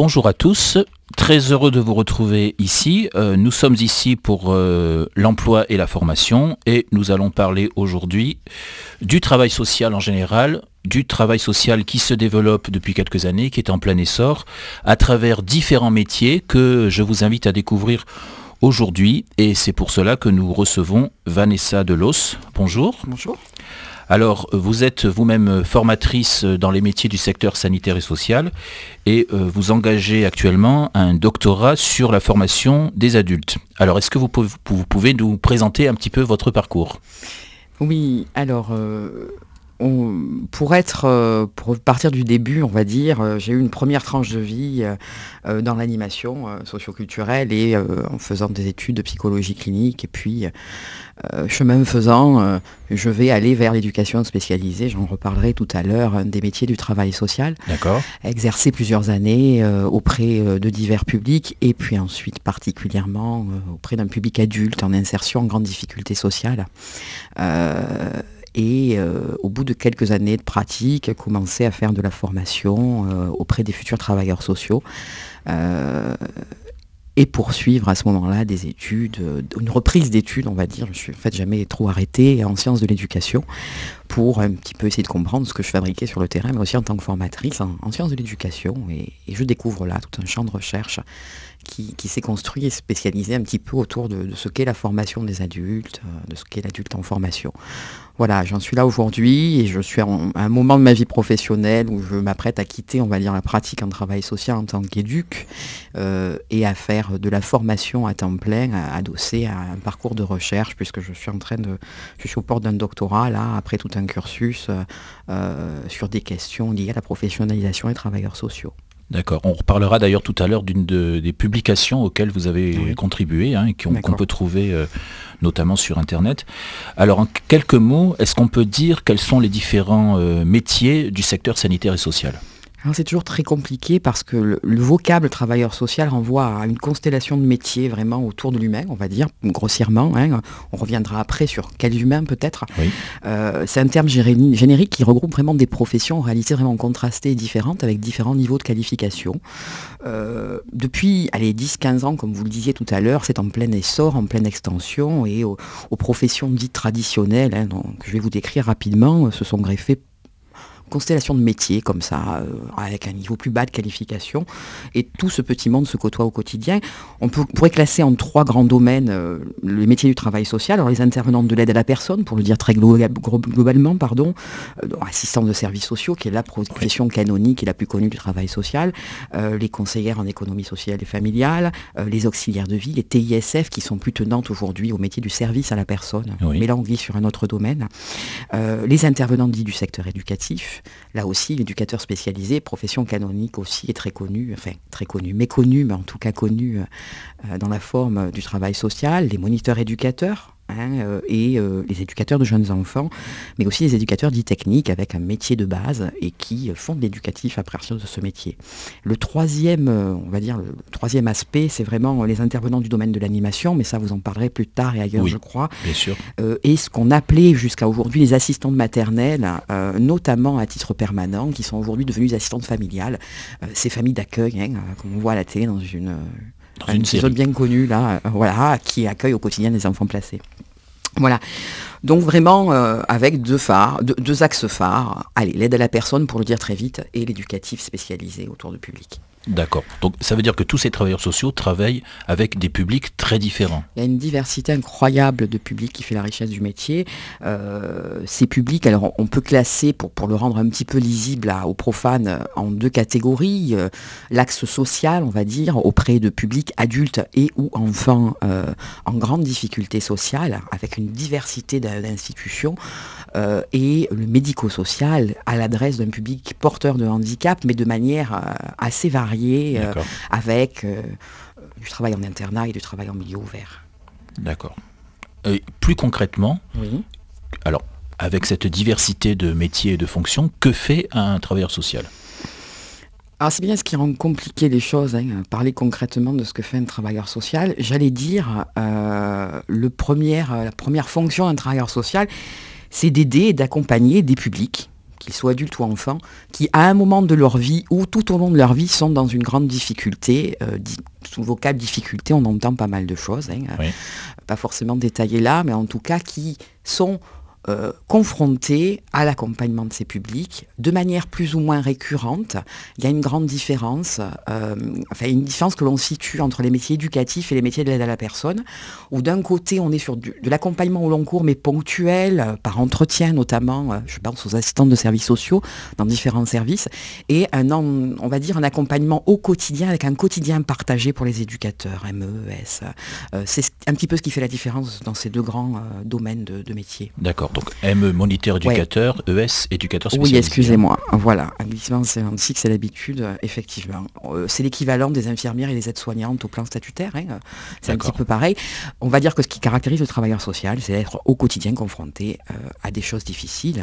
Bonjour à tous, très heureux de vous retrouver ici. Nous sommes ici pour l'emploi et la formation et nous allons parler aujourd'hui du travail social en général, du travail social qui se développe depuis quelques années, qui est en plein essor, à travers différents métiers que je vous invite à découvrir aujourd'hui. Et c'est pour cela que nous recevons Vanessa Delos. Bonjour. Bonjour. Alors, vous êtes vous-même formatrice dans les métiers du secteur sanitaire et social et vous engagez actuellement un doctorat sur la formation des adultes. Alors, est-ce que vous pouvez nous présenter un petit peu votre parcours ? Oui, alors, pour partir du début, on va dire, j'ai eu une première tranche de vie dans l'animation socioculturelle et en faisant des études de psychologie clinique. Et puis, chemin faisant, je vais aller vers l'éducation spécialisée, j'en reparlerai tout à l'heure, des métiers du travail social. D'accord. Exercer plusieurs années auprès de divers publics et puis ensuite particulièrement auprès d'un public adulte en insertion en grande difficulté sociale. Et au bout de quelques années de pratique, commencer à faire de la formation auprès des futurs travailleurs sociaux et poursuivre à ce moment-là des études, une reprise d'études, on va dire. Je ne suis en fait jamais trop arrêtée en sciences de l'éducation pour un petit peu essayer de comprendre ce que je fabriquais sur le terrain, mais aussi en tant que formatrice en sciences de l'éducation. Et je découvre là tout un champ de recherche qui s'est construit et spécialisé un petit peu autour de ce qu'est la formation des adultes, de ce qu'est l'adulte en formation. Voilà, j'en suis là aujourd'hui et je suis à un moment de ma vie professionnelle où je m'apprête à quitter, on va dire, la pratique en travail social en tant qu'éduc et à faire de la formation à temps plein, adossée à un parcours de recherche, puisque je suis aux portes d'un doctorat, là, après tout un cursus sur des questions liées à la professionnalisation des travailleurs sociaux. D'accord. On reparlera d'ailleurs tout à l'heure d'une des publications auxquelles vous avez contribué et qu'on peut trouver notamment sur Internet. Alors en quelques mots, est-ce qu'on peut dire quels sont les différents métiers du secteur sanitaire et social ? Alors c'est toujours très compliqué parce que le vocable travailleur social renvoie à une constellation de métiers vraiment autour de l'humain, on va dire, grossièrement. On reviendra après sur quel humain peut-être. Oui. C'est un terme générique qui regroupe vraiment des professions en réalité vraiment contrastées et différentes avec différents niveaux de qualification. Depuis 10-15 ans, comme vous le disiez tout à l'heure, c'est en plein essor, en pleine extension et aux professions dites traditionnelles, donc je vais vous décrire rapidement, se sont greffées constellation de métiers comme ça, avec un niveau plus bas de qualification. Et tout ce petit monde se côtoie au quotidien. On pourrait classer en 3 grands domaines les métiers du travail social. Alors les intervenants de l'aide à la personne, pour le dire très globalement, assistants de services sociaux, qui est la profession canonique et la plus connue du travail social, les conseillères en économie sociale et familiale, les auxiliaires de vie, les TISF, qui sont plus tenantes aujourd'hui au métier du service à la personne. Mais là, on vit sur un autre domaine. Les intervenants dits du secteur éducatif, là aussi, l'éducateur spécialisé, profession canonique aussi, est très connu, méconnu, mais en tout cas connu dans la forme du travail social, les moniteurs éducateurs, et les éducateurs de jeunes enfants, mais aussi les éducateurs dits techniques avec un métier de base et qui font de l'éducatif à partir de ce métier. Le troisième aspect, c'est vraiment les intervenants du domaine de l'animation, mais ça vous en parlerez plus tard et ailleurs, je crois. Bien sûr. Et ce qu'on appelait jusqu'à aujourd'hui les assistantes maternelles, notamment à titre permanent, qui sont aujourd'hui devenues assistantes familiales, ces familles d'accueil, comme on voit à la télé dans une série bien connue là, qui accueille au quotidien des enfants placés. Voilà. Donc vraiment avec deux axes phares. L'aide à la personne pour le dire très vite et l'éducatif spécialisé autour du public. D'accord. Donc ça veut dire que tous ces travailleurs sociaux travaillent avec des publics très différents. Il y a une diversité incroyable de publics qui fait la richesse du métier. Ces publics, alors on peut classer, pour le rendre un petit peu lisible aux profanes, en 2 catégories. L'axe social, on va dire, auprès de publics adultes et ou enfants en grande difficulté sociale, avec une diversité d'institutions. Et le médico-social à l'adresse d'un public porteur de handicap, mais de manière assez variée, avec du travail en internat et du travail en milieu ouvert. D'accord. Plus concrètement, alors avec cette diversité de métiers et de fonctions, que fait un travailleur social ? Alors c'est bien ce qui rend compliqué les choses, parler concrètement de ce que fait un travailleur social. J'allais dire, la première fonction d'un travailleur social, c'est d'aider et d'accompagner des publics qu'ils soient adultes ou enfants, qui à un moment de leur vie ou tout au long de leur vie sont dans une grande difficulté. Sous le vocable difficulté, on entend pas mal de choses, pas forcément détaillées là, mais en tout cas qui sont confrontés à l'accompagnement de ces publics de manière plus ou moins récurrente. Il y a une grande différence, une différence que l'on situe entre les métiers éducatifs et les métiers de l'aide à la personne, où d'un côté on est sur de l'accompagnement au long cours mais ponctuel, par entretien notamment, je pense aux assistantes de services sociaux dans différents services, et on va dire un accompagnement au quotidien avec un quotidien partagé pour les éducateurs, MES. C'est un petit peu ce qui fait la différence dans ces deux grands domaines de métiers. D'accord. Donc ME, moniteur éducateur, ES, éducateur spécialisé. Oui, excusez-moi. Voilà, un glissement sémantique, c'est l'habitude, effectivement. C'est l'équivalent des infirmières et des aides-soignantes au plan statutaire. C'est un petit peu pareil. On va dire que ce qui caractérise le travailleur social, c'est d'être au quotidien confronté à des choses difficiles,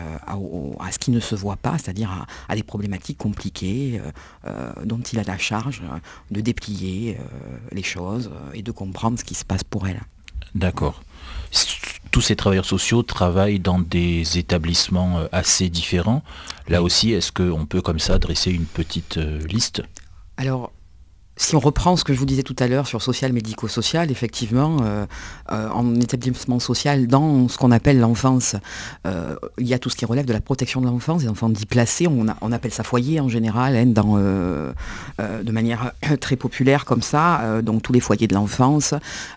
à ce qui ne se voit pas, c'est-à-dire à des problématiques compliquées dont il a la charge de déplier les choses et de comprendre ce qui se passe pour elle. D'accord. Tous ces travailleurs sociaux travaillent dans des établissements assez différents. Là aussi, est-ce qu'on peut comme ça dresser une petite liste ? Alors, si on reprend ce que je vous disais tout à l'heure sur social, médico-social, effectivement, en établissement social, dans ce qu'on appelle l'enfance, il y a tout ce qui relève de la protection de l'enfance, des enfants dits placés, on appelle ça foyer en général, de manière très populaire comme ça, donc tous les foyers de l'enfance,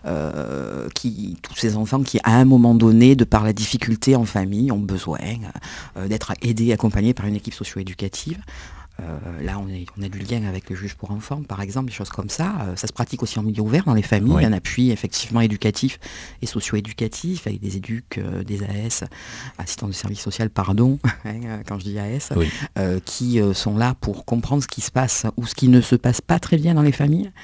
tous ces enfants qui, à un moment donné, de par la difficulté en famille, ont besoin d'être aidés, accompagnés par une équipe socio-éducative. Là, on a du lien avec le juge pour enfants, par exemple, des choses comme ça. Ça se pratique aussi en milieu ouvert dans les familles. Oui. Un appui effectivement éducatif et socio-éducatif avec des éducs, des AS, assistants de service social, pardon, quand je dis AS, oui. Qui sont là pour comprendre ce qui se passe ou ce qui ne se passe pas très bien dans les familles.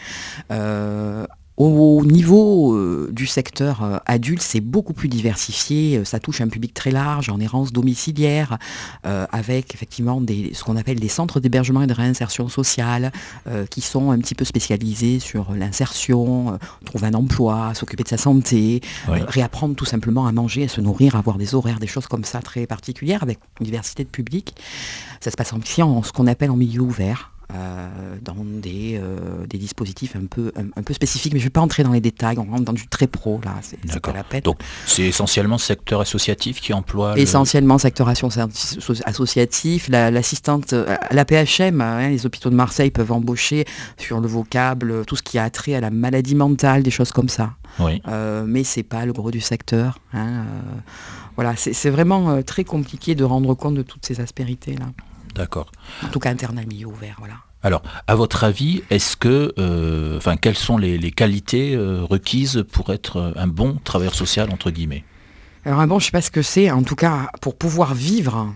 Au niveau du secteur adulte, c'est beaucoup plus diversifié, ça touche un public très large, en errance domiciliaire, avec effectivement ce qu'on appelle des centres d'hébergement et de réinsertion sociale, qui sont un petit peu spécialisés sur l'insertion, trouver un emploi, s'occuper de sa santé, oui. Réapprendre tout simplement à manger, à se nourrir, à avoir des horaires, des choses comme ça très particulières, avec une diversité de public. Ça se passe aussi en ce qu'on appelle en milieu ouvert. Dans des dispositifs un peu spécifiques, mais je ne vais pas entrer dans les détails, on rentre dans du très pro, là, c'est pas la peine. Donc c'est essentiellement le secteur associatif qui emploie... Essentiellement secteur associatif, l'assistante, l'APHM, les hôpitaux de Marseille peuvent embaucher sur le vocable, tout ce qui a trait à la maladie mentale, des choses comme ça. Oui. Mais c'est pas le gros du secteur. Voilà, c'est vraiment très compliqué de rendre compte de toutes ces aspérités-là. D'accord. En tout cas, interne à milieu ouvert, voilà. Alors, à votre avis, est-ce que, quelles sont les qualités requises pour être un bon travailleur social, entre guillemets ? Alors, je ne sais pas ce que c'est. En tout cas, pour pouvoir vivre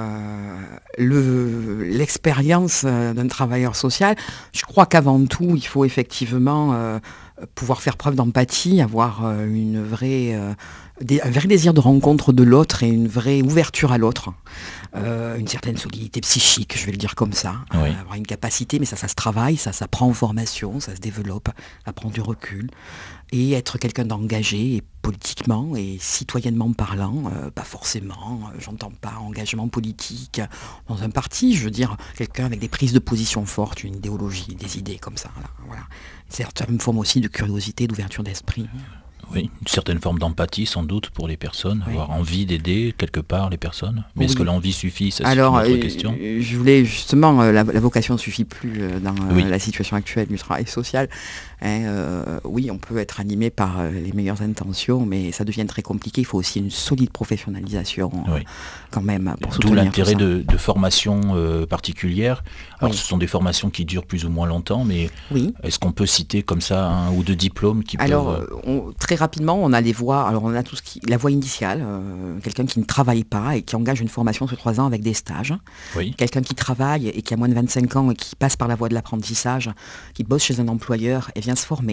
l'expérience d'un travailleur social, je crois qu'avant tout, il faut effectivement pouvoir faire preuve d'empathie, avoir un vrai désir de rencontre de l'autre et une vraie ouverture à l'autre. Une certaine solidité psychique, je vais le dire comme ça. Oui. Avoir une capacité, mais ça se travaille, ça prend en formation, ça se développe, ça prend du recul. Et être quelqu'un d'engagé, et politiquement et citoyennement parlant, pas forcément, j'entends pas engagement politique dans un parti, je veux dire quelqu'un avec des prises de position fortes, une idéologie, des idées comme ça. Là, voilà. C'est une forme aussi de curiosité, d'ouverture d'esprit. Oui, une certaine forme d'empathie sans doute pour les personnes, oui. Avoir envie d'aider quelque part les personnes. Mais oui. Est-ce que l'envie suffit ? Ça, c'est une autre question. Je voulais justement, la vocation ne suffit plus dans oui. La situation actuelle du travail social. Oui, on peut être animé par les meilleures intentions, mais ça devient très compliqué. Il faut aussi une solide professionnalisation oui. Quand même pour soutenir. D'où l'intérêt de formations particulières. Alors oui. Ce sont des formations qui durent plus ou moins longtemps, mais oui. Est-ce qu'on peut citer comme ça un ou deux diplômes qui peuvent... Très rapidement, on a les voies, alors on a tout ce qui, la voie initiale, quelqu'un qui ne travaille pas et qui engage une formation sur 3 ans avec des stages. Oui. Quelqu'un qui travaille et qui a moins de 25 ans et qui passe par la voie de l'apprentissage, qui bosse chez un employeur et vient se former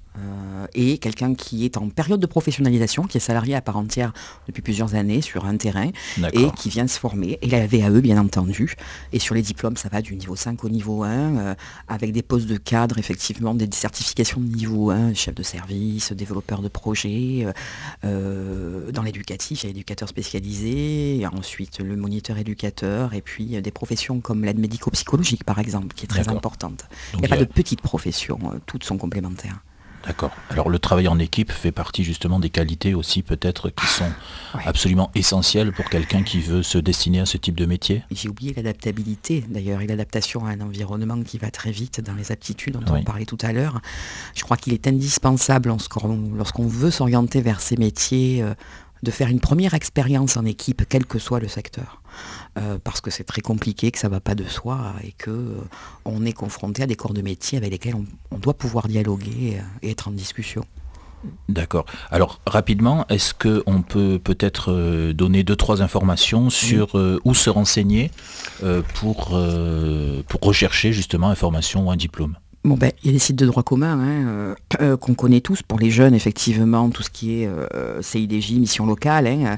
et quelqu'un qui est en période de professionnalisation, qui est salarié à part entière depuis plusieurs années sur un terrain et qui vient se former. Et la VAE, bien entendu. Et sur les diplômes, ça va du niveau 5 au niveau 1, avec des postes de cadre, effectivement, des certifications de niveau 1, chef de service, développeur de projet. Dans l'éducatif, il y a l'éducateur spécialisé, et ensuite le moniteur éducateur, et puis des professions comme l'aide médico-psychologique, par exemple, qui est très importante. Il n'y a pas de petites professions, toutes sont complémentaires. D'accord. Alors le travail en équipe fait partie justement des qualités aussi peut-être qui sont absolument essentielles pour quelqu'un qui veut se destiner à ce type de métier. J'ai oublié l'adaptabilité d'ailleurs et l'adaptation à un environnement qui va très vite dans les aptitudes dont on parlait tout à l'heure. Je crois qu'il est indispensable lorsqu'on veut s'orienter vers ces métiers de faire une première expérience en équipe, quel que soit le secteur. Parce que c'est très compliqué, que ça ne va pas de soi et qu'on est confronté à des corps de métier avec lesquels on doit pouvoir dialoguer et être en discussion. D'accord. Alors rapidement, est-ce qu'on peut peut-être donner 2-3 informations sur où se renseigner pour rechercher justement une formation ou un diplôme ? Bon, il y a des sites de droit commun qu'on connaît tous. Pour les jeunes, effectivement, tout ce qui est CIDJ, mission locale.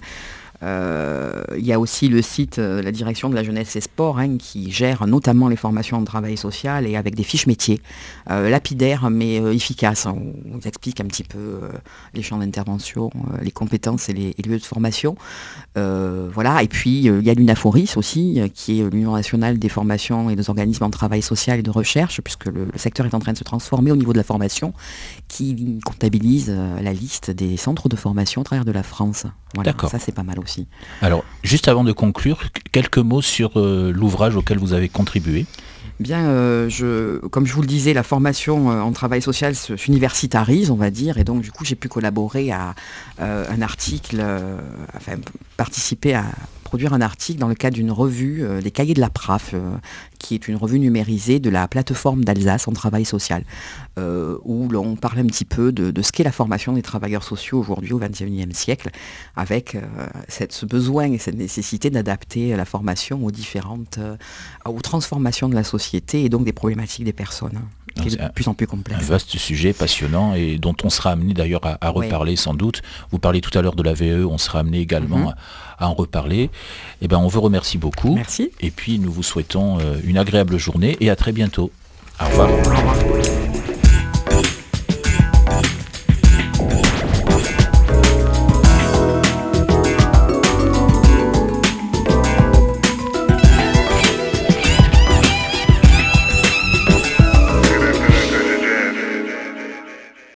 Il y a aussi le site la direction de la jeunesse et sport qui gère notamment les formations en travail social et avec des fiches métiers lapidaires mais efficaces. On vous explique un petit peu les champs d'intervention, les compétences et les lieux de formation. Voilà. Et puis il y a l'UNAFORIS aussi, qui est l'Union nationale des formations et des organismes en travail social et de recherche, puisque le secteur est en train de se transformer au niveau de la formation, qui comptabilise la liste des centres de formation au travers de la France. Voilà, ça c'est pas mal aussi. Alors, juste avant de conclure, quelques mots sur l'ouvrage auquel vous avez contribué. Bien, comme je vous le disais, la formation en travail social s'universitarise, on va dire, et donc du coup j'ai pu collaborer à un article, participer à produire un article dans le cadre d'une revue des cahiers de la PRAF, qui est une revue numérisée de la plateforme d'Alsace en travail social, où l'on parle un petit peu de ce qu'est la formation des travailleurs sociaux aujourd'hui au XXIe siècle, avec ce besoin et cette nécessité d'adapter la formation aux transformations de la société et donc des problématiques des personnes. Qui est de plus en plus complexe. Un vaste sujet passionnant et dont on sera amené d'ailleurs à reparler sans doute. Vous parlez tout à l'heure de la VE, on sera amené également à en reparler. On vous remercie beaucoup. Merci. Et puis nous vous souhaitons une agréable journée et à très bientôt. Au revoir. Au revoir.